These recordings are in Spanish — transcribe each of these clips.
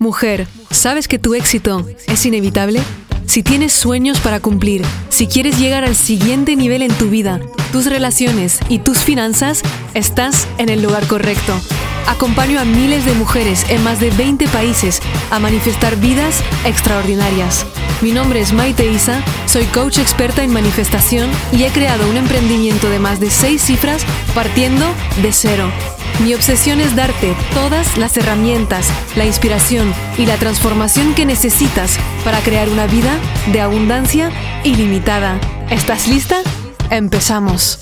Mujer, ¿sabes que tu éxito es inevitable? Si tienes sueños para cumplir, si quieres llegar al siguiente nivel en tu vida, tus relaciones y tus finanzas, estás en el lugar correcto. Acompaño a miles de mujeres en más de 20 países a manifestar vidas extraordinarias. Mi nombre es Maite Isa, soy coach experta en manifestación y he creado un emprendimiento de más de 6 cifras partiendo de cero. Mi obsesión es darte todas las herramientas, la inspiración y la transformación que necesitas para crear una vida de abundancia ilimitada. ¿Estás lista? ¡Empezamos!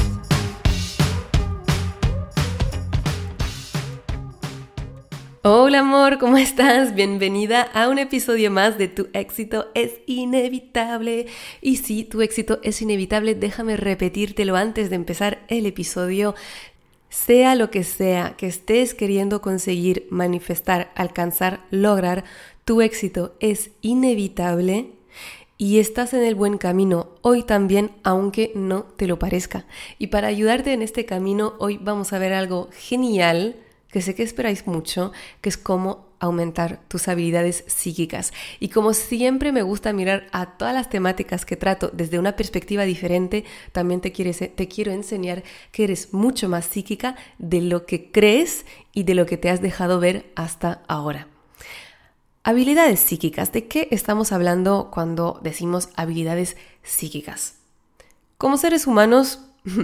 Hola amor, ¿cómo estás? Bienvenida a un episodio más de Tu éxito es inevitable. Y si tu éxito es inevitable, déjame repetírtelo antes de empezar el episodio. Sea lo que sea que estés queriendo conseguir, manifestar, alcanzar, lograr, tu éxito es inevitable y estás en el buen camino hoy también, aunque no te lo parezca. Y para ayudarte en este camino, hoy vamos a ver algo genial que sé que esperáis mucho, que es cómo aumentar tus habilidades psíquicas. Y como siempre me gusta mirar a todas las temáticas que trato desde una perspectiva diferente, también te quiero enseñar que eres mucho más psíquica de lo que crees y de lo que te has dejado ver hasta ahora. Habilidades psíquicas. ¿De qué estamos hablando cuando decimos habilidades psíquicas? Como seres humanos,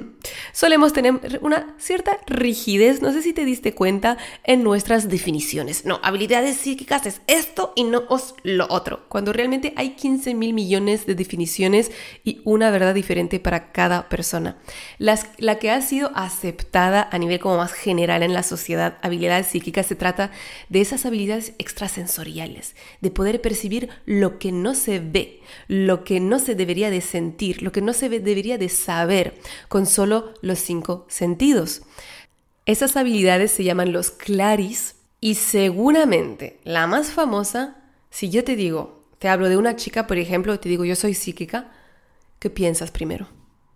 solemos tener una cierta rigidez, no sé si te diste cuenta, en nuestras definiciones. No, habilidades psíquicas es esto y no es lo otro, cuando realmente hay 15,000 millones de definiciones y una verdad diferente para cada persona. La que ha sido aceptada a nivel como más general en la sociedad, habilidades psíquicas, se trata de esas habilidades extrasensoriales, de poder percibir lo que no se ve, lo que no se debería de sentir, lo que no se debería de saber, con solo los 5 sentidos. Esas habilidades se llaman los claris y seguramente la más famosa, si yo te hablo de una chica, por ejemplo, te digo yo soy psíquica, ¿qué piensas primero?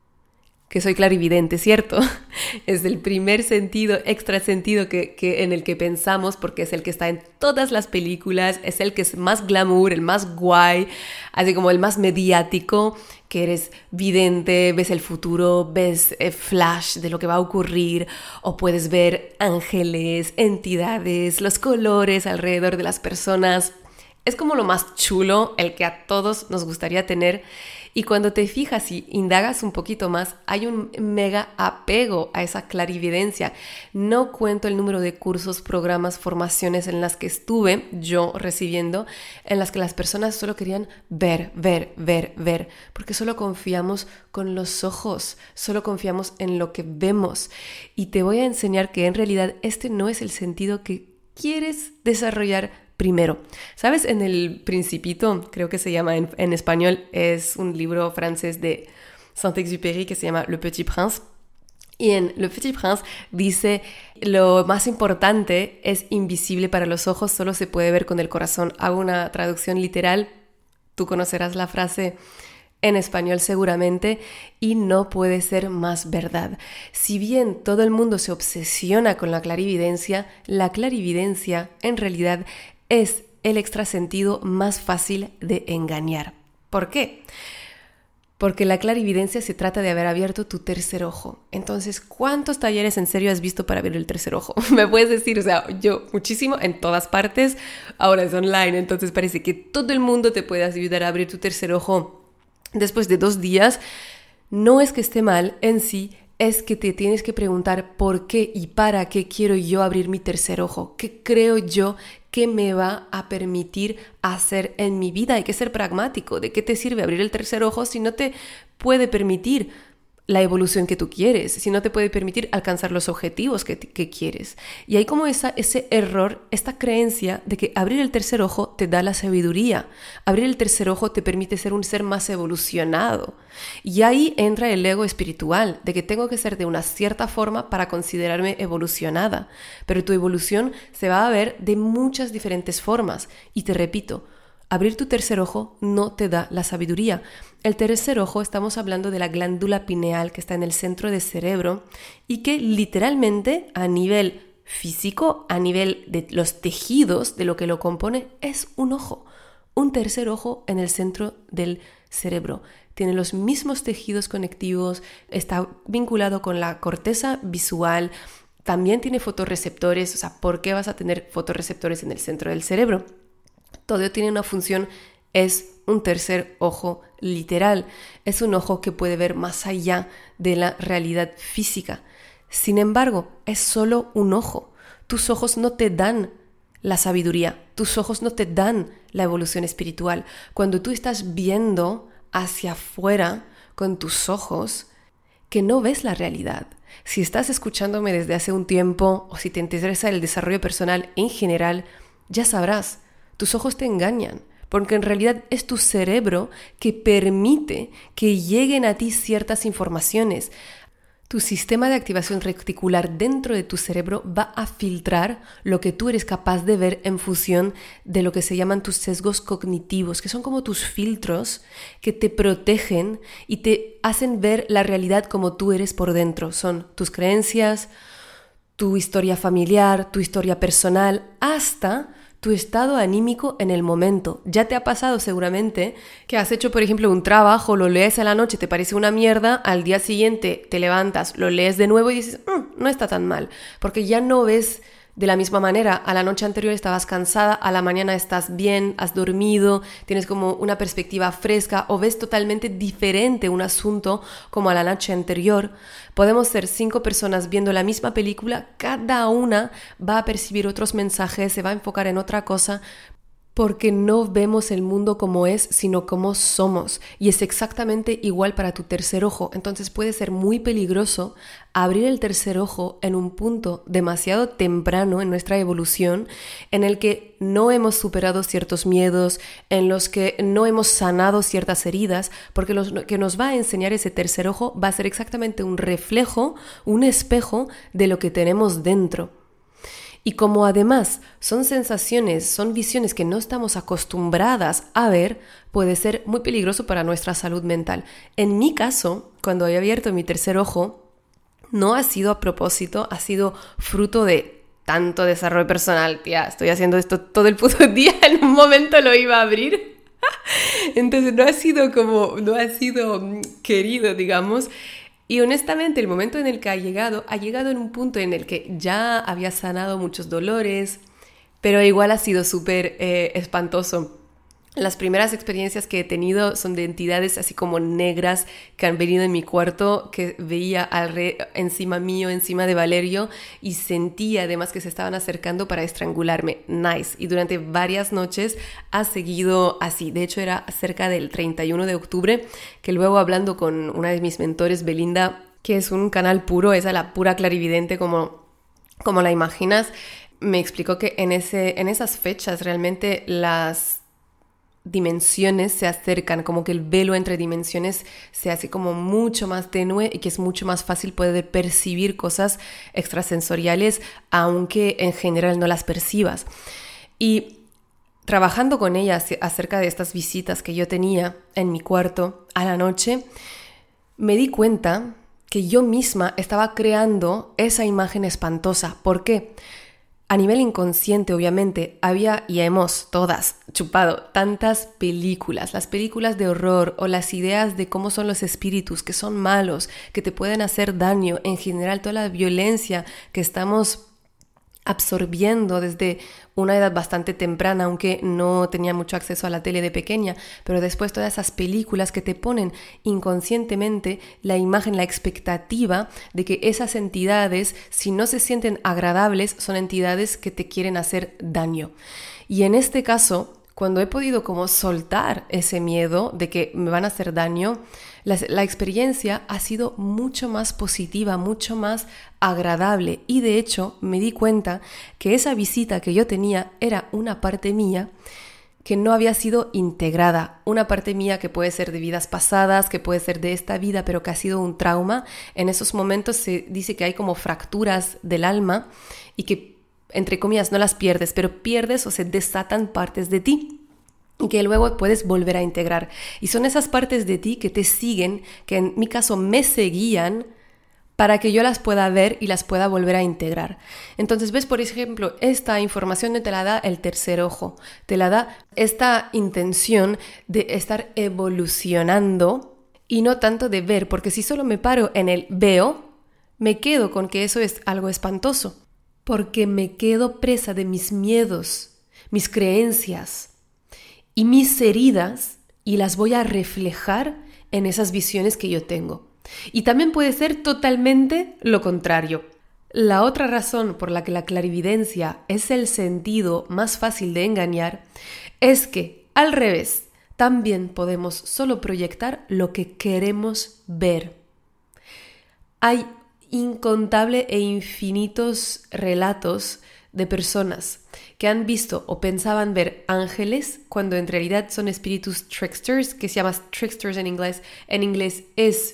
Que soy clarividente, ¿cierto? Es el primer sentido, extrasentido que en el que pensamos, porque es el que está en todas las películas, es el que es más glamour, el más guay, así como el más mediático, que eres vidente, ves el futuro, ves flash de lo que va a ocurrir, o puedes ver ángeles, entidades, los colores alrededor de las personas. Es como lo más chulo, el que a todos nos gustaría tener. Y cuando te fijas y indagas un poquito más, hay un mega apego a esa clarividencia. No cuento el número de cursos, programas, formaciones en las que estuve yo recibiendo, en las que las personas solo querían ver, porque solo confiamos con los ojos, solo confiamos en lo que vemos. Y te voy a enseñar que en realidad este no es el sentido que quieres desarrollar primero. ¿Sabes? En El Principito, creo que se llama en español, es un libro francés de Saint-Exupéry que se llama Le Petit Prince. Y en Le Petit Prince dice, lo más importante es invisible para los ojos, solo se puede ver con el corazón. Hago una traducción literal, tú conocerás la frase en español seguramente, y no puede ser más verdad. Si bien todo el mundo se obsesiona con la clarividencia en realidad es el extrasentido más fácil de engañar. ¿Por qué? Porque la clarividencia se trata de haber abierto tu tercer ojo. Entonces, ¿cuántos talleres en serio has visto para abrir el tercer ojo? Me puedes decir, o sea, yo muchísimo, en todas partes, ahora es online, entonces parece que todo el mundo te puede ayudar a abrir tu tercer ojo después de 2 días. No es que esté mal en sí, es que te tienes que preguntar por qué y para qué quiero yo abrir mi tercer ojo. ¿Qué creo yo que me va a permitir hacer en mi vida? Hay que ser pragmático. ¿De qué te sirve abrir el tercer ojo si no te puede permitir la evolución que tú quieres, si no te puede permitir alcanzar los objetivos que quieres? Y hay como ese error, esta creencia de que abrir el tercer ojo te da la sabiduría. Abrir el tercer ojo te permite ser un ser más evolucionado. Y ahí entra el ego espiritual, de que tengo que ser de una cierta forma para considerarme evolucionada. Pero tu evolución se va a ver de muchas diferentes formas. Y te repito, abrir tu tercer ojo no te da la sabiduría. El tercer ojo, estamos hablando de la glándula pineal que está en el centro del cerebro y que literalmente a nivel físico, a nivel de los tejidos, de lo que lo compone, es un ojo. Un tercer ojo en el centro del cerebro. Tiene los mismos tejidos conectivos, está vinculado con la corteza visual, también tiene fotorreceptores. O sea, ¿por qué vas a tener fotorreceptores en el centro del cerebro? Todo tiene una función, es un tercer ojo literal. Es un ojo que puede ver más allá de la realidad física. Sin embargo, es solo un ojo. Tus ojos no te dan la sabiduría, tus ojos no te dan la evolución espiritual. Cuando tú estás viendo hacia afuera con tus ojos, que no ves la realidad. Si estás escuchándome desde hace un tiempo o si te interesa el desarrollo personal en general, ya sabrás, tus ojos te engañan, porque en realidad es tu cerebro que permite que lleguen a ti ciertas informaciones. Tu sistema de activación reticular dentro de tu cerebro va a filtrar lo que tú eres capaz de ver en función de lo que se llaman tus sesgos cognitivos, que son como tus filtros que te protegen y te hacen ver la realidad como tú eres por dentro. Son tus creencias, tu historia familiar, tu historia personal, hasta tu estado anímico en el momento. Ya te ha pasado seguramente que has hecho, por ejemplo, un trabajo, lo lees a la noche, te parece una mierda, al día siguiente te levantas, lo lees de nuevo y dices, no está tan mal, porque ya no ves de la misma manera. A la noche anterior estabas cansada, a la mañana estás bien, has dormido, tienes como una perspectiva fresca o ves totalmente diferente un asunto como a la noche anterior. Podemos ser 5 personas viendo la misma película, cada una va a percibir otros mensajes, se va a enfocar en otra cosa, porque no vemos el mundo como es, sino como somos. Y es exactamente igual para tu tercer ojo. Entonces puede ser muy peligroso abrir el tercer ojo en un punto demasiado temprano en nuestra evolución, en el que no hemos superado ciertos miedos, en los que no hemos sanado ciertas heridas, porque lo que nos va a enseñar ese tercer ojo va a ser exactamente un reflejo, un espejo de lo que tenemos dentro. Y como además son sensaciones, son visiones que no estamos acostumbradas a ver, puede ser muy peligroso para nuestra salud mental. En mi caso, cuando he abierto mi tercer ojo, no ha sido a propósito, ha sido fruto de tanto desarrollo personal. Tía, estoy haciendo esto todo el puto día, en un momento lo iba a abrir. Entonces no ha sido querido, digamos. Y honestamente el momento en el que ha llegado en un punto en el que ya había sanado muchos dolores, pero igual ha sido súper espantoso. Las primeras experiencias que he tenido son de entidades así como negras que han venido en mi cuarto, que veía encima mío, encima de Valerio, y sentía además que se estaban acercando para estrangularme. Nice. Y durante varias noches ha seguido así. De hecho, era cerca del 31 de octubre, que luego hablando con una de mis mentores, Belinda, que es un canal puro, es a la pura clarividente como la imaginas, me explicó que en esas fechas realmente las dimensiones se acercan, como que el velo entre dimensiones se hace como mucho más tenue y que es mucho más fácil poder percibir cosas extrasensoriales, aunque en general no las percibas. Y trabajando con ella acerca de estas visitas que yo tenía en mi cuarto a la noche, me di cuenta que yo misma estaba creando esa imagen espantosa. ¿Por qué? A nivel inconsciente, obviamente, había y hemos todas chupado tantas películas, las películas de horror o las ideas de cómo son los espíritus, que son malos, que te pueden hacer daño, en general toda la violencia que estamos absorbiendo desde una edad bastante temprana, aunque no tenía mucho acceso a la tele de pequeña, pero después todas esas películas que te ponen inconscientemente la imagen, la expectativa de que esas entidades, si no se sienten agradables, son entidades que te quieren hacer daño. Y en este caso, cuando he podido como soltar ese miedo de que me van a hacer daño, la experiencia ha sido mucho más positiva, mucho más agradable. Y de hecho me di cuenta que esa visita que yo tenía era una parte mía que no había sido integrada. Una parte mía que puede ser de vidas pasadas, que puede ser de esta vida, pero que ha sido un trauma. En esos momentos se dice que hay como fracturas del alma y que, entre comillas, no las pierdes, pero pierdes o se desatan partes de ti y que luego puedes volver a integrar. Y son esas partes de ti que te siguen, que en mi caso me seguían para que yo las pueda ver y las pueda volver a integrar. Entonces, ves, por ejemplo, esta información no te la da el tercer ojo, te la da esta intención de estar evolucionando y no tanto de ver, porque si solo me paro en el veo, me quedo con que eso es algo espantoso, porque me quedo presa de mis miedos, mis creencias y mis heridas y las voy a reflejar en esas visiones que yo tengo. Y también puede ser totalmente lo contrario. La otra razón por la que la clarividencia es el sentido más fácil de engañar es que, al revés, también podemos solo proyectar lo que queremos ver. Hay incontable e infinitos relatos de personas que han visto o pensaban ver ángeles cuando en realidad son espíritus tricksters, que se llaman tricksters en inglés. En inglés es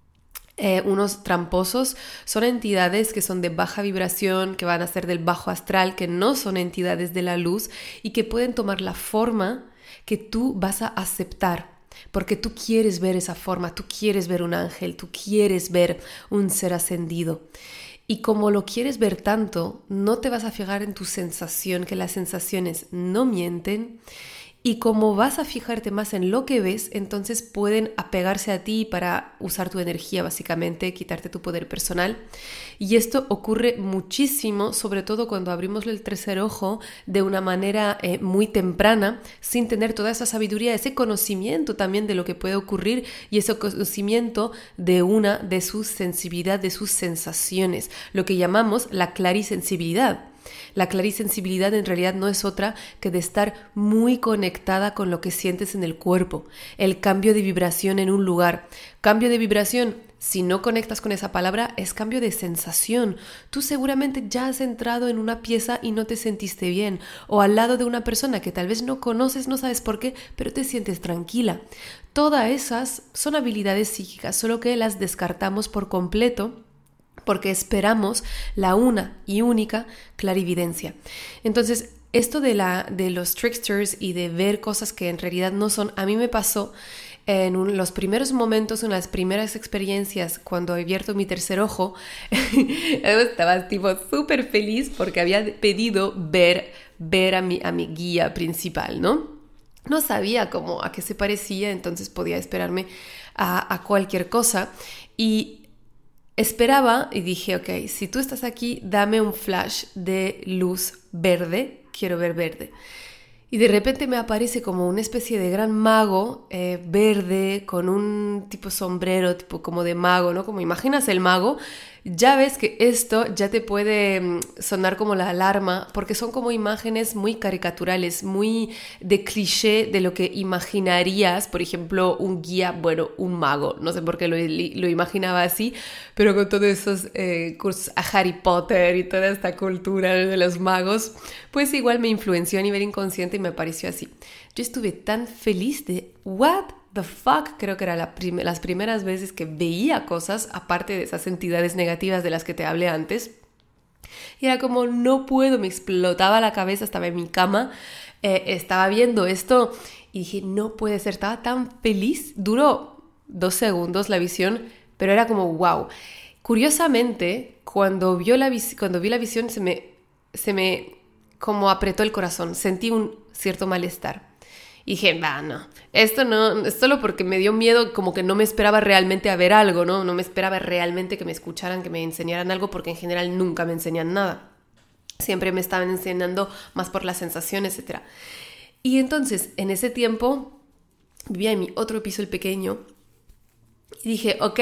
unos tramposos. Son entidades que son de baja vibración, que van a ser del bajo astral, que no son entidades de la luz y que pueden tomar la forma que tú vas a aceptar. Porque tú quieres ver esa forma, tú quieres ver un ángel, tú quieres ver un ser ascendido. Y como lo quieres ver tanto, no te vas a fijar en tu sensación, que las sensaciones no mienten. Y como vas a fijarte más en lo que ves, entonces pueden apegarse a ti para usar tu energía, básicamente, quitarte tu poder personal. Y esto ocurre muchísimo, sobre todo cuando abrimos el tercer ojo de una manera muy temprana, sin tener toda esa sabiduría, ese conocimiento también de lo que puede ocurrir y ese conocimiento de su sensibilidad, de sus sensaciones, lo que llamamos la clarisensibilidad. La clarisensibilidad en realidad no es otra que de estar muy conectada con lo que sientes en el cuerpo, el cambio de vibración en un lugar. Cambio de vibración, si no conectas con esa palabra, es cambio de sensación. Tú seguramente ya has entrado en una pieza y no te sentiste bien, o al lado de una persona que tal vez no conoces, no sabes por qué, pero te sientes tranquila. Todas esas son habilidades psíquicas, solo que las descartamos por completo porque esperamos la una y única clarividencia. Entonces, esto de los tricksters y de ver cosas que en realidad no son, a mí me pasó en los primeros momentos, en las primeras experiencias, cuando he abierto mi tercer ojo. Estaba tipo súper feliz porque había pedido ver a mi guía principal, ¿no? No sabía cómo, a qué se parecía, entonces podía esperarme a cualquier cosa. Y esperaba y dije, ok, si tú estás aquí, dame un flash de luz verde, quiero ver verde. Y de repente me aparece como una especie de gran mago verde con un tipo sombrero, tipo como de mago, ¿no? Como imaginas el mago, ya ves que esto ya te puede sonar como la alarma, porque son como imágenes muy caricaturales, muy de cliché de lo que imaginarías, por ejemplo, un guía, bueno, un mago, no sé por qué lo imaginaba así, pero con todos esos cursos a Harry Potter y toda esta cultura de los magos, pues igual me influenció a nivel inconsciente y me pareció así. Yo estuve tan feliz de, ¿what the fuck? Creo que era las primeras veces que veía cosas, aparte de esas entidades negativas de las que te hablé antes. Y era como, no puedo, me explotaba la cabeza, estaba en mi cama, estaba viendo esto y dije, no puede ser, estaba tan feliz. Duró 2 segundos la visión, pero era como, wow. Curiosamente, cuando vi la visión, se me como apretó el corazón, sentí un cierto malestar. Y dije, no, esto no, es solo porque me dio miedo, como que no me esperaba realmente a ver algo, ¿no? No me esperaba realmente que me escucharan, que me enseñaran algo, porque en general nunca me enseñan nada. Siempre me estaban enseñando más por las sensaciones, etc. Y entonces, en ese tiempo, vivía en mi otro piso, el pequeño, y dije, ok,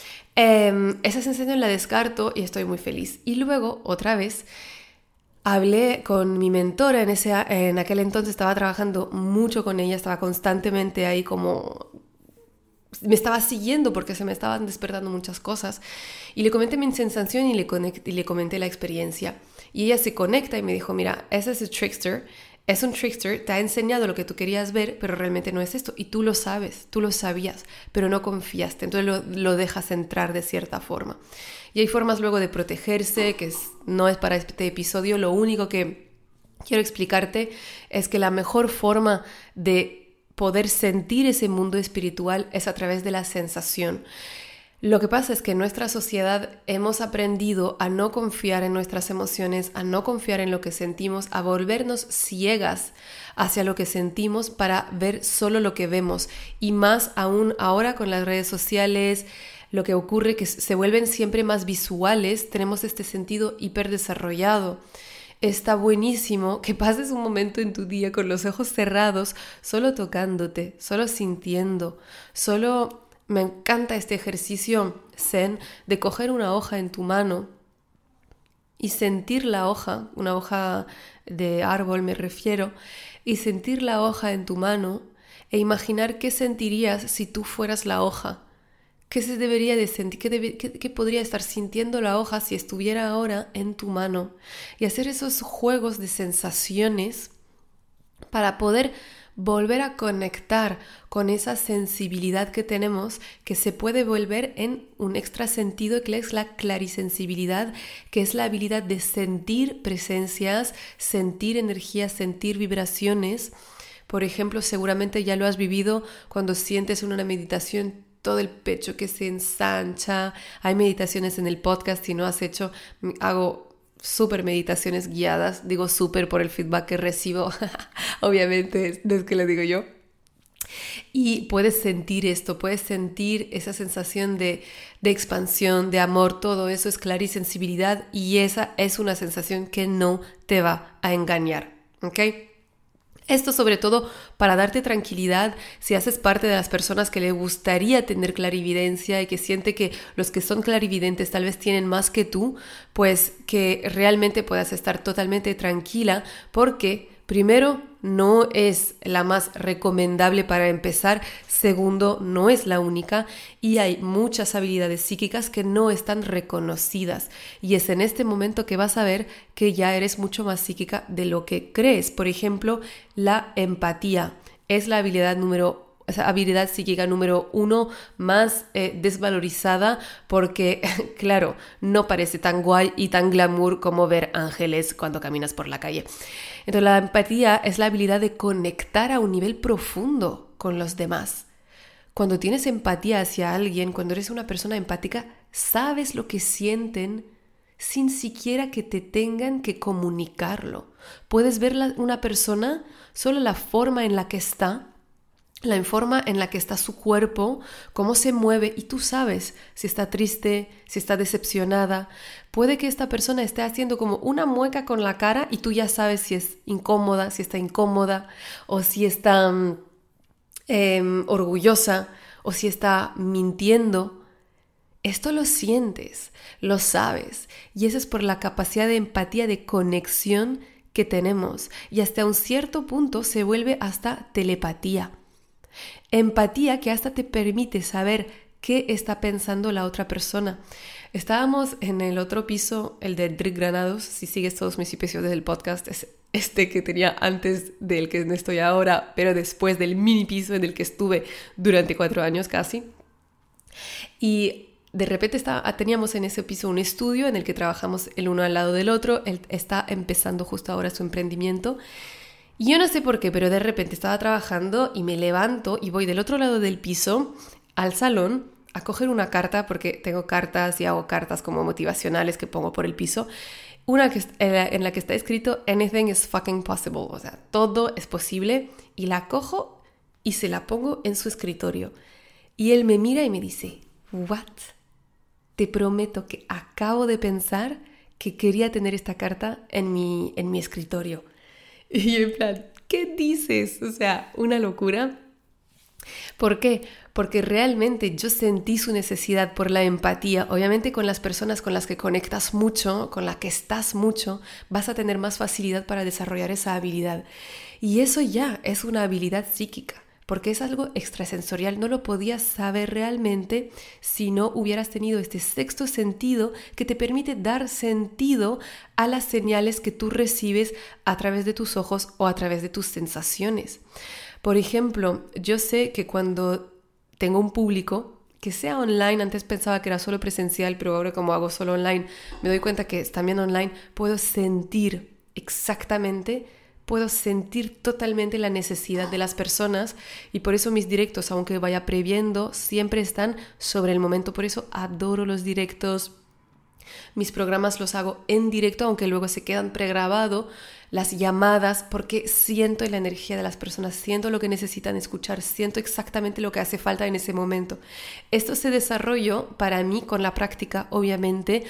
esa sensación la descarto y estoy muy feliz. Y luego, otra vez, hablé con mi mentora en aquel entonces, estaba trabajando mucho con ella, estaba constantemente ahí como... Me estaba siguiendo porque se me estaban despertando muchas cosas. Y le comenté mi sensación y le comenté la experiencia. Y ella se conecta y me dijo, mira, ese es el trickster. Es un trickster, te ha enseñado lo que tú querías ver, pero realmente no es esto. Y tú lo sabes, tú lo sabías, pero no confiaste. Entonces lo dejas entrar de cierta forma. Y hay formas luego de protegerse, no es para este episodio. Lo único que quiero explicarte es que la mejor forma de poder sentir ese mundo espiritual es a través de la sensación. Lo que pasa es que en nuestra sociedad hemos aprendido a no confiar en nuestras emociones, a no confiar en lo que sentimos, a volvernos ciegas hacia lo que sentimos para ver solo lo que vemos. Y más aún ahora con las redes sociales, lo que ocurre es que se vuelven siempre más visuales, tenemos este sentido hiperdesarrollado. Está buenísimo que pases un momento en tu día con los ojos cerrados, solo tocándote, solo sintiendo, solo... Me encanta este ejercicio zen de coger una hoja en tu mano y sentir la hoja, una hoja de árbol me refiero, y sentir la hoja en tu mano e imaginar qué sentirías si tú fueras la hoja. ¿Qué se debería de sentir? ¿Qué podría estar sintiendo la hoja si estuviera ahora en tu mano? Y hacer esos juegos de sensaciones para poder volver a conectar con esa sensibilidad que tenemos, que se puede volver en un extra sentido, que es la clarisensibilidad, que es la habilidad de sentir presencias, sentir energías, sentir vibraciones. Por ejemplo, seguramente ya lo has vivido cuando sientes en una meditación todo el pecho que se ensancha. Hay meditaciones en el podcast, si no has hecho, hago súper meditaciones guiadas, digo súper por el feedback que recibo, obviamente no es que lo digo yo. Y puedes sentir esto, puedes sentir esa sensación de expansión, de amor, todo eso es clarisensibilidad y esa es una sensación que no te va a engañar, ¿ok? Esto sobre todo para darte tranquilidad si haces parte de las personas que le gustaría tener clarividencia y que siente que los que son clarividentes tal vez tienen más que tú, pues que realmente puedas estar totalmente tranquila porque primero no es la más recomendable para empezar, segundo no es la única y hay muchas habilidades psíquicas que no están reconocidas y es en este momento que vas a ver que ya eres mucho más psíquica de lo que crees. Por ejemplo, la empatía es la habilidad psíquica número 1 más desvalorizada porque, claro, no parece tan guay y tan glamour como ver ángeles cuando caminas por la calle. Entonces, la empatía es la habilidad de conectar a un nivel profundo con los demás. Cuando tienes empatía hacia alguien, cuando eres una persona empática, sabes lo que sienten sin siquiera que te tengan que comunicarlo. Puedes ver una persona, solo la forma en la que está, la forma en la que está su cuerpo, cómo se mueve y tú sabes si está triste, si está decepcionada. Puede que esta persona esté haciendo como una mueca con la cara y tú ya sabes si es incómoda, si está incómoda o si está orgullosa o si está mintiendo. Esto lo sientes, lo sabes y eso es por la capacidad de empatía, de conexión que tenemos y hasta un cierto punto se vuelve hasta telepatía. Empatía que hasta te permite saber qué está pensando la otra persona. Estábamos en el otro piso, el de Enric Granados, si sigues todos mis episodios del podcast, es este que tenía antes del que no estoy ahora, pero después del mini piso en el que estuve durante 4 años casi. Y de repente teníamos en ese piso un estudio en el que trabajamos el uno al lado del otro. Él está empezando justo ahora su emprendimiento. Y yo no sé por qué, pero de repente estaba trabajando y me levanto y voy del otro lado del piso al salón a coger una carta, porque tengo cartas y hago cartas como motivacionales que pongo por el piso. Una en la que está escrito "Anything is fucking possible", o sea, todo es posible. Y la cojo y se la pongo en su escritorio. Y él me mira y me dice, "What? Te prometo que acabo de pensar que quería tener esta carta en mi escritorio". Y yo en plan, ¿qué dices? O sea, una locura. ¿Por qué? Porque realmente yo sentí su necesidad por la empatía. Obviamente con las personas con las que conectas mucho, con las que estás mucho, vas a tener más facilidad para desarrollar esa habilidad. Y eso ya es una habilidad psíquica, porque es algo extrasensorial. No lo podías saber realmente si no hubieras tenido este sexto sentido que te permite dar sentido a las señales que tú recibes a través de tus ojos o a través de tus sensaciones. Por ejemplo, yo sé que cuando tengo un público, que sea online, antes pensaba que era solo presencial, pero ahora como hago solo online, me doy cuenta que también online puedo sentir exactamente puedo sentir totalmente la necesidad de las personas y por eso mis directos, aunque vaya previendo, siempre están sobre el momento. Por eso adoro los directos. Mis programas los hago en directo, aunque luego se quedan pregrabados, las llamadas, porque siento la energía de las personas, siento lo que necesitan escuchar, siento exactamente lo que hace falta en ese momento. Esto se desarrolló para mí con la práctica, obviamente,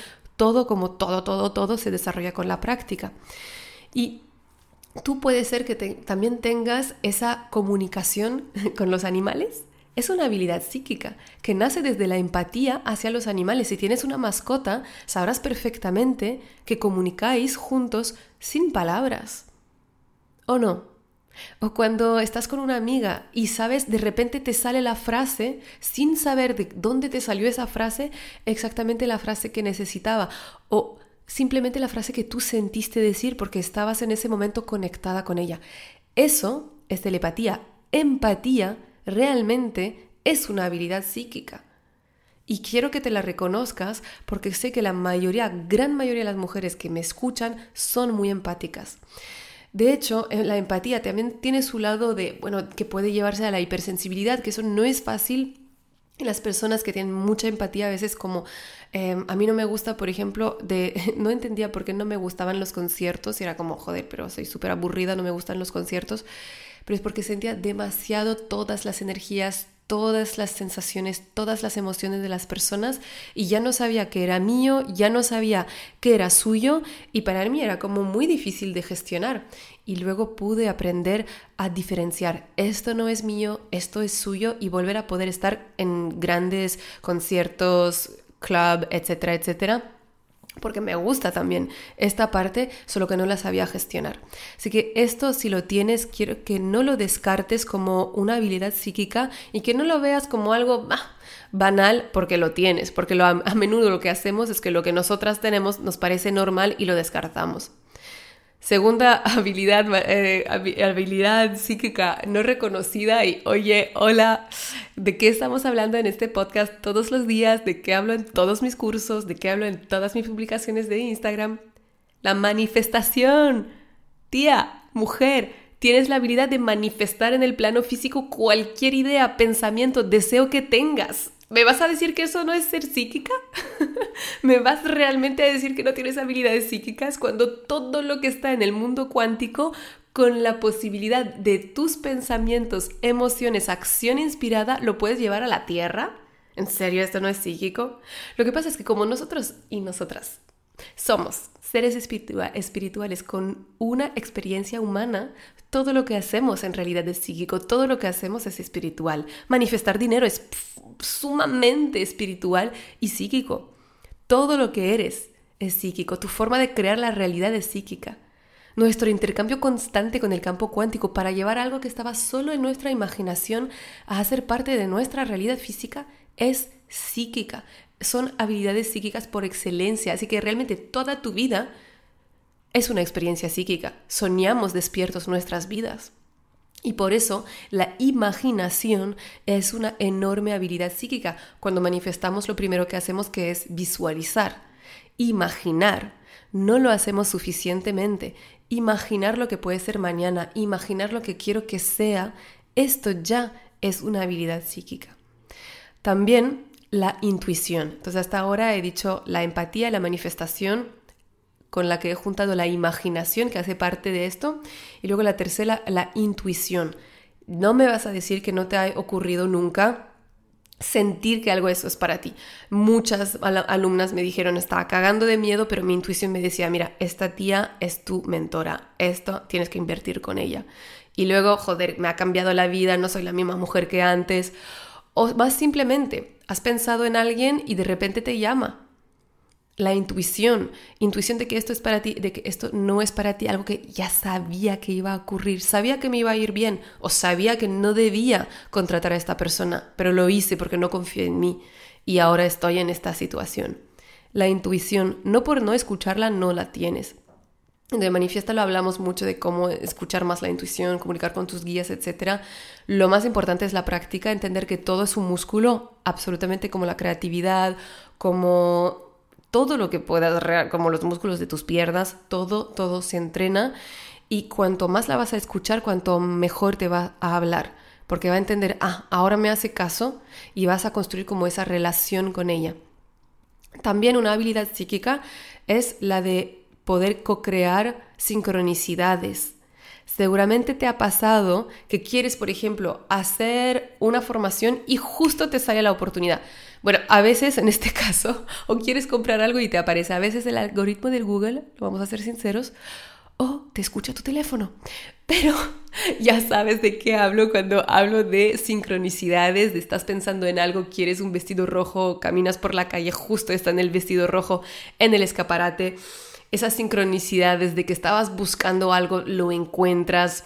todo se desarrolla con la práctica. Y tú puede ser que también tengas esa comunicación con los animales. Es una habilidad psíquica que nace desde la empatía hacia los animales. Si tienes una mascota, sabrás perfectamente que comunicáis juntos sin palabras. ¿O no? O cuando estás con una amiga y sabes, de repente te sale la frase, sin saber de dónde te salió esa frase, exactamente la frase que necesitaba. O simplemente la frase que tú sentiste decir porque estabas en ese momento conectada con ella. Eso es telepatía. Empatía realmente es una habilidad psíquica. Y quiero que te la reconozcas porque sé que la gran mayoría de las mujeres que me escuchan son muy empáticas. De hecho, la empatía también tiene su lado que puede llevarse a la hipersensibilidad, que eso no es fácil. Las personas que tienen mucha empatía a veces a mí no me gusta, por ejemplo, no entendía por qué no me gustaban los conciertos y era como, joder, pero soy súper aburrida, no me gustan los conciertos, pero es porque sentía demasiado todas las energías, todas las sensaciones, todas las emociones de las personas y ya no sabía qué era mío, ya no sabía qué era suyo y para mí era como muy difícil de gestionar. Y luego pude aprender a diferenciar, esto no es mío, esto es suyo y volver a poder estar en grandes conciertos, club, etcétera, etcétera. Porque me gusta también esta parte, solo que no la sabía gestionar. Así que esto, si lo tienes, quiero que no lo descartes como una habilidad psíquica y que no lo veas como algo banal porque lo tienes, porque a menudo lo que hacemos es que lo que nosotras tenemos nos parece normal y lo descartamos. Segunda habilidad psíquica no reconocida y oye, hola, ¿de qué estamos hablando en este podcast todos los días? ¿De qué hablo en todos mis cursos? ¿De qué hablo en todas mis publicaciones de Instagram? La manifestación. Tía, mujer, tienes la habilidad de manifestar en el plano físico cualquier idea, pensamiento, deseo que tengas. ¿Me vas a decir que eso no es ser psíquica? ¿Me vas realmente a decir que no tienes habilidades psíquicas cuando todo lo que está en el mundo cuántico con la posibilidad de tus pensamientos, emociones, acción inspirada lo puedes llevar a la Tierra? ¿En serio esto no es psíquico? Lo que pasa es que como nosotros y nosotras somos seres espirituales con una experiencia humana, todo lo que hacemos en realidad es psíquico, todo lo que hacemos es espiritual. Manifestar dinero es sumamente espiritual y psíquico. Todo lo que eres es psíquico, tu forma de crear la realidad es psíquica. Nuestro intercambio constante con el campo cuántico para llevar algo que estaba solo en nuestra imaginación a hacer parte de nuestra realidad física es psíquica. Son habilidades psíquicas por excelencia, así que realmente toda tu vida es una experiencia psíquica. Soñamos despiertos nuestras vidas. Y por eso la imaginación es una enorme habilidad psíquica. Cuando manifestamos lo primero que hacemos que es visualizar, imaginar. No lo hacemos suficientemente. Imaginar lo que puede ser mañana, imaginar lo que quiero que sea, esto ya es una habilidad psíquica. También la intuición. Entonces hasta ahora he dicho la empatía, la manifestación, con la que he juntado la imaginación, que hace parte de esto, y luego la tercera, la intuición. No me vas a decir que no te ha ocurrido nunca sentir que algo de eso es para ti. Muchas alumnas me dijeron, estaba cagando de miedo, pero mi intuición me decía, mira, esta tía es tu mentora, esto tienes que invertir con ella. Y luego, joder, me ha cambiado la vida, no soy la misma mujer que antes. O más simplemente, has pensado en alguien y de repente te llama. La intuición de que esto es para ti, de que esto no es para ti, algo que ya sabía que iba a ocurrir, sabía que me iba a ir bien o sabía que no debía contratar a esta persona, pero lo hice porque no confié en mí y ahora estoy en esta situación. La intuición, no por no escucharla, no la tienes. De Manifiéstalo hablamos mucho de cómo escuchar más la intuición, comunicar con tus guías, etc. Lo más importante es la práctica, entender que todo es un músculo, absolutamente como la creatividad, como todo lo que puedas, como los músculos de tus piernas, todo se entrena y cuanto más la vas a escuchar, cuanto mejor te va a hablar, porque va a entender, ahora me hace caso y vas a construir como esa relación con ella. También una habilidad psíquica es la de poder co-crear sincronicidades. Seguramente te ha pasado que quieres, por ejemplo, hacer una formación y justo te sale la oportunidad. Bueno, a veces en este caso, o quieres comprar algo y te aparece, a veces el algoritmo del Google, lo vamos a ser sinceros, o te escucha tu teléfono. Pero ya sabes de qué hablo cuando hablo de sincronicidades, de estás pensando en algo, quieres un vestido rojo, caminas por la calle, justo está en el vestido rojo, en el escaparate. Esas sincronicidades de que estabas buscando algo, lo encuentras.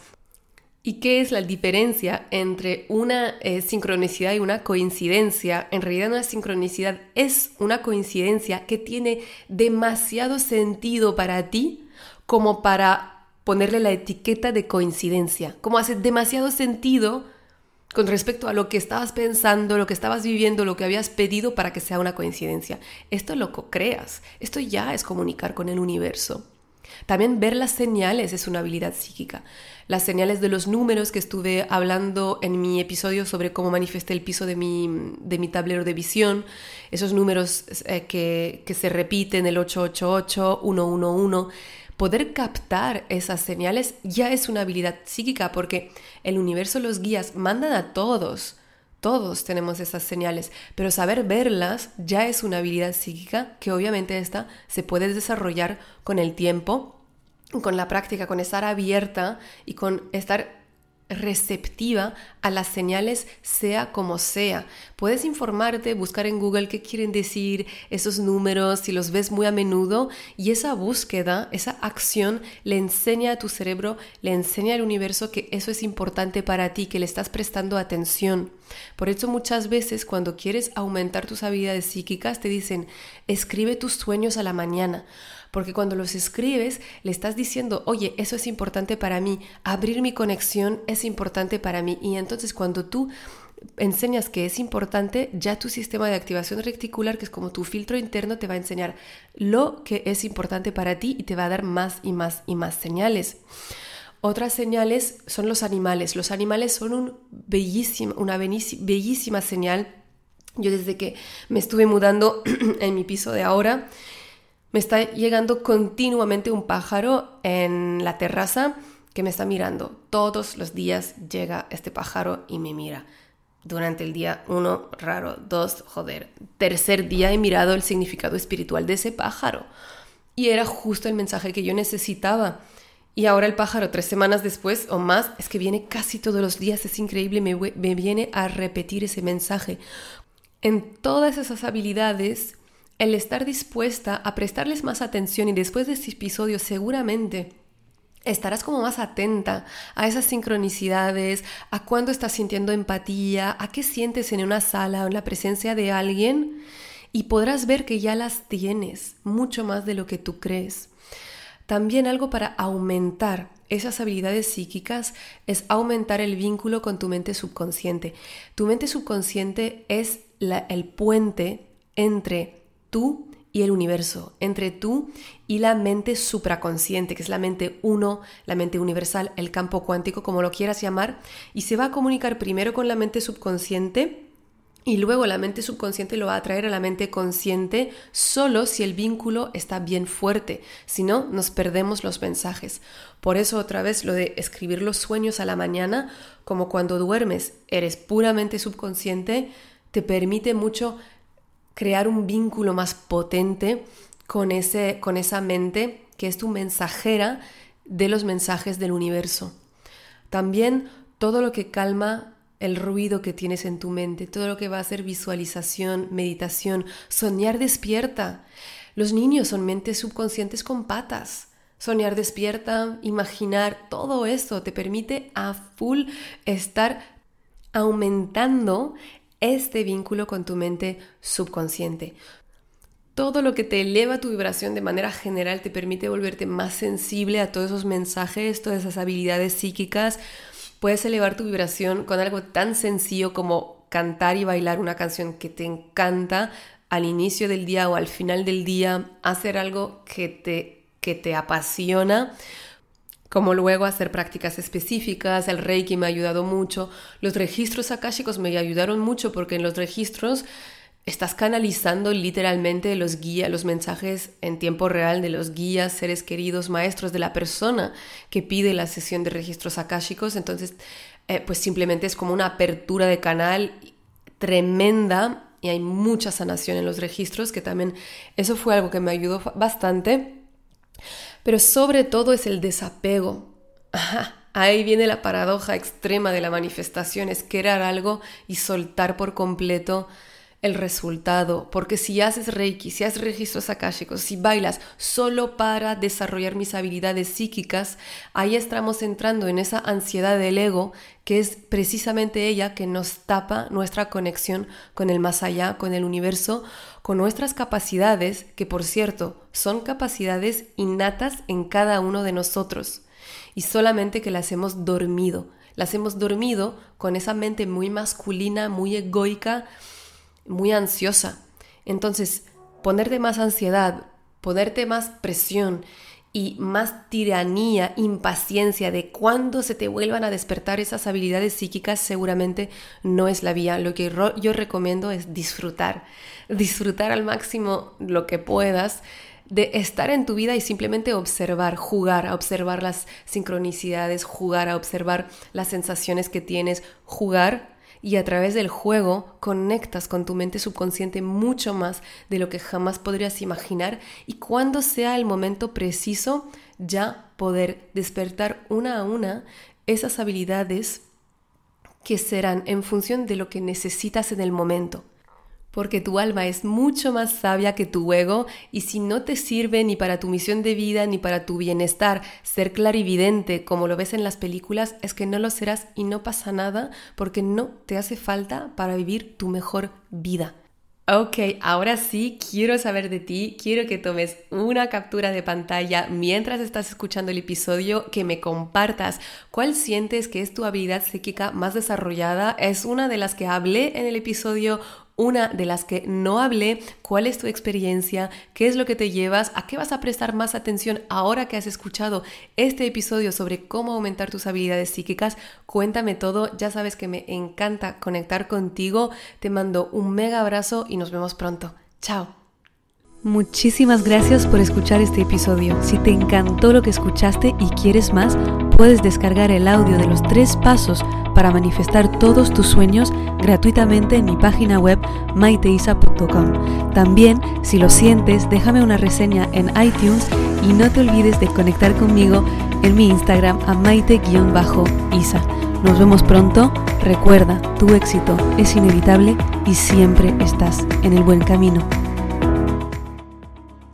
¿Y qué es la diferencia entre una sincronicidad y una coincidencia? En realidad una sincronicidad es una coincidencia que tiene demasiado sentido para ti como para ponerle la etiqueta de coincidencia. Como hace demasiado sentido con respecto a lo que estabas pensando, lo que estabas viviendo, lo que habías pedido para que sea una coincidencia. Esto lo co-creas. Esto ya es comunicar con el universo. También ver las señales es una habilidad psíquica. Las señales de los números que estuve hablando en mi episodio sobre cómo manifesté el piso de mi tablero de visión, esos números que se repiten, el 888, 111, poder captar esas señales ya es una habilidad psíquica porque el universo, los guías mandan a todos. Todos tenemos esas señales, pero saber verlas ya es una habilidad psíquica que obviamente esta se puede desarrollar con el tiempo, con la práctica, con estar abierta y con estar receptiva a las señales sea como sea. Puedes informarte, buscar en Google qué quieren decir esos números, si los ves muy a menudo, y esa búsqueda, esa acción le enseña a tu cerebro, le enseña al universo que eso es importante para ti, que le estás prestando atención. Por eso muchas veces cuando quieres aumentar tus habilidades psíquicas te dicen, escribe tus sueños a la mañana. Porque cuando los escribes, le estás diciendo, oye, eso es importante para mí, abrir mi conexión es importante para mí. Y entonces cuando tú enseñas que es importante, ya tu sistema de activación reticular, que es como tu filtro interno, te va a enseñar lo que es importante para ti y te va a dar más y más y más señales. Otras señales son los animales. Los animales son una bellísima señal. Yo desde que me estuve mudando en mi piso de ahora, me está llegando continuamente un pájaro en la terraza que me está mirando. Todos los días llega este pájaro y me mira. Durante el día 1, raro, 2, joder. Tercer día he mirado el significado espiritual de ese pájaro. Y era justo el mensaje que yo necesitaba. Y ahora el pájaro, 3 semanas después o más, es que viene casi todos los días. Es increíble, me viene a repetir ese mensaje. En todas esas habilidades, el estar dispuesta a prestarles más atención, y después de este episodio seguramente estarás como más atenta a esas sincronicidades, a cuándo estás sintiendo empatía, a qué sientes en una sala o en la presencia de alguien, y podrás ver que ya las tienes mucho más de lo que tú crees. También algo para aumentar esas habilidades psíquicas es aumentar el vínculo con tu mente subconsciente. Tu mente subconsciente es el puente entre tú y el universo, entre tú y la mente supraconsciente, que es la mente uno, la mente universal, el campo cuántico, como lo quieras llamar, y se va a comunicar primero con la mente subconsciente y luego la mente subconsciente lo va a traer a la mente consciente solo si el vínculo está bien fuerte, si no nos perdemos los mensajes. Por eso otra vez lo de escribir los sueños a la mañana, como cuando duermes, eres puramente subconsciente, te permite mucho crear un vínculo más potente con esa mente que es tu mensajera de los mensajes del universo. También todo lo que calma el ruido que tienes en tu mente, todo lo que va a ser visualización, meditación, soñar despierta. Los niños son mentes subconscientes con patas. Soñar despierta, imaginar, todo eso te permite a full estar aumentando este vínculo con tu mente subconsciente. Todo lo que te eleva tu vibración de manera general te permite volverte más sensible a todos esos mensajes, todas esas habilidades psíquicas. Puedes elevar tu vibración con algo tan sencillo como cantar y bailar una canción que te encanta al inicio del día o al final del día, hacer algo que te apasiona. como luego hacer prácticas específicas. El Reiki me ha ayudado mucho. Los registros akáshicos me ayudaron mucho porque en los registros estás canalizando literalmente los mensajes en tiempo real de los guías, seres queridos, maestros de la persona que pide la sesión de registros akáshicos. Entonces, pues simplemente es como una apertura de canal tremenda y hay mucha sanación en los registros, que también eso fue algo que me ayudó bastante. Pero sobre todo es el desapego. Ahí viene la paradoja extrema de la manifestación, es querer algo y soltar por completo el resultado. Porque si haces Reiki, si haces registros akáshicos, si bailas solo para desarrollar mis habilidades psíquicas, ahí estamos entrando en esa ansiedad del ego, que es precisamente ella que nos tapa nuestra conexión con el más allá, con el universo, con nuestras capacidades, que por cierto son capacidades innatas en cada uno de nosotros, y solamente que las hemos dormido con esa mente muy masculina, muy egoica, muy ansiosa. Entonces, ponerte más ansiedad, ponerte más presión y más tiranía, impaciencia de cuándo se te vuelvan a despertar esas habilidades psíquicas, seguramente no es la vía. Lo que yo recomiendo es disfrutar al máximo lo que puedas de estar en tu vida y simplemente observar, jugar, a observar las sincronicidades, jugar, a observar las sensaciones que tienes, jugar. Y a través del juego conectas con tu mente subconsciente mucho más de lo que jamás podrías imaginar, y cuando sea el momento preciso ya poder despertar una a una esas habilidades que serán en función de lo que necesitas en el momento. Porque tu alma es mucho más sabia que tu ego, y si no te sirve ni para tu misión de vida ni para tu bienestar ser clarividente como lo ves en las películas, es que no lo serás y no pasa nada, porque no te hace falta para vivir tu mejor vida. Ok, ahora sí quiero saber de ti, quiero que tomes una captura de pantalla mientras estás escuchando el episodio, que me compartas cuál sientes que es tu habilidad psíquica más desarrollada. Es una de las que hablé en el episodio, una de las que no hablé. ¿Cuál es tu experiencia? ¿Qué es lo que te llevas? ¿A qué vas a prestar más atención ahora que has escuchado este episodio sobre cómo aumentar tus habilidades psíquicas? Cuéntame todo, ya sabes que me encanta conectar contigo. Te mando un mega abrazo y nos vemos pronto. ¡Chao! Muchísimas gracias por escuchar este episodio. Si te encantó lo que escuchaste y quieres más, puedes descargar el audio de los 3 pasos para manifestar todos tus sueños gratuitamente en mi página web maiteisa.com. También, si lo sientes, déjame una reseña en iTunes y no te olvides de conectar conmigo en mi Instagram a maite_isa. Nos vemos pronto. Recuerda, tu éxito es inevitable y siempre estás en el buen camino.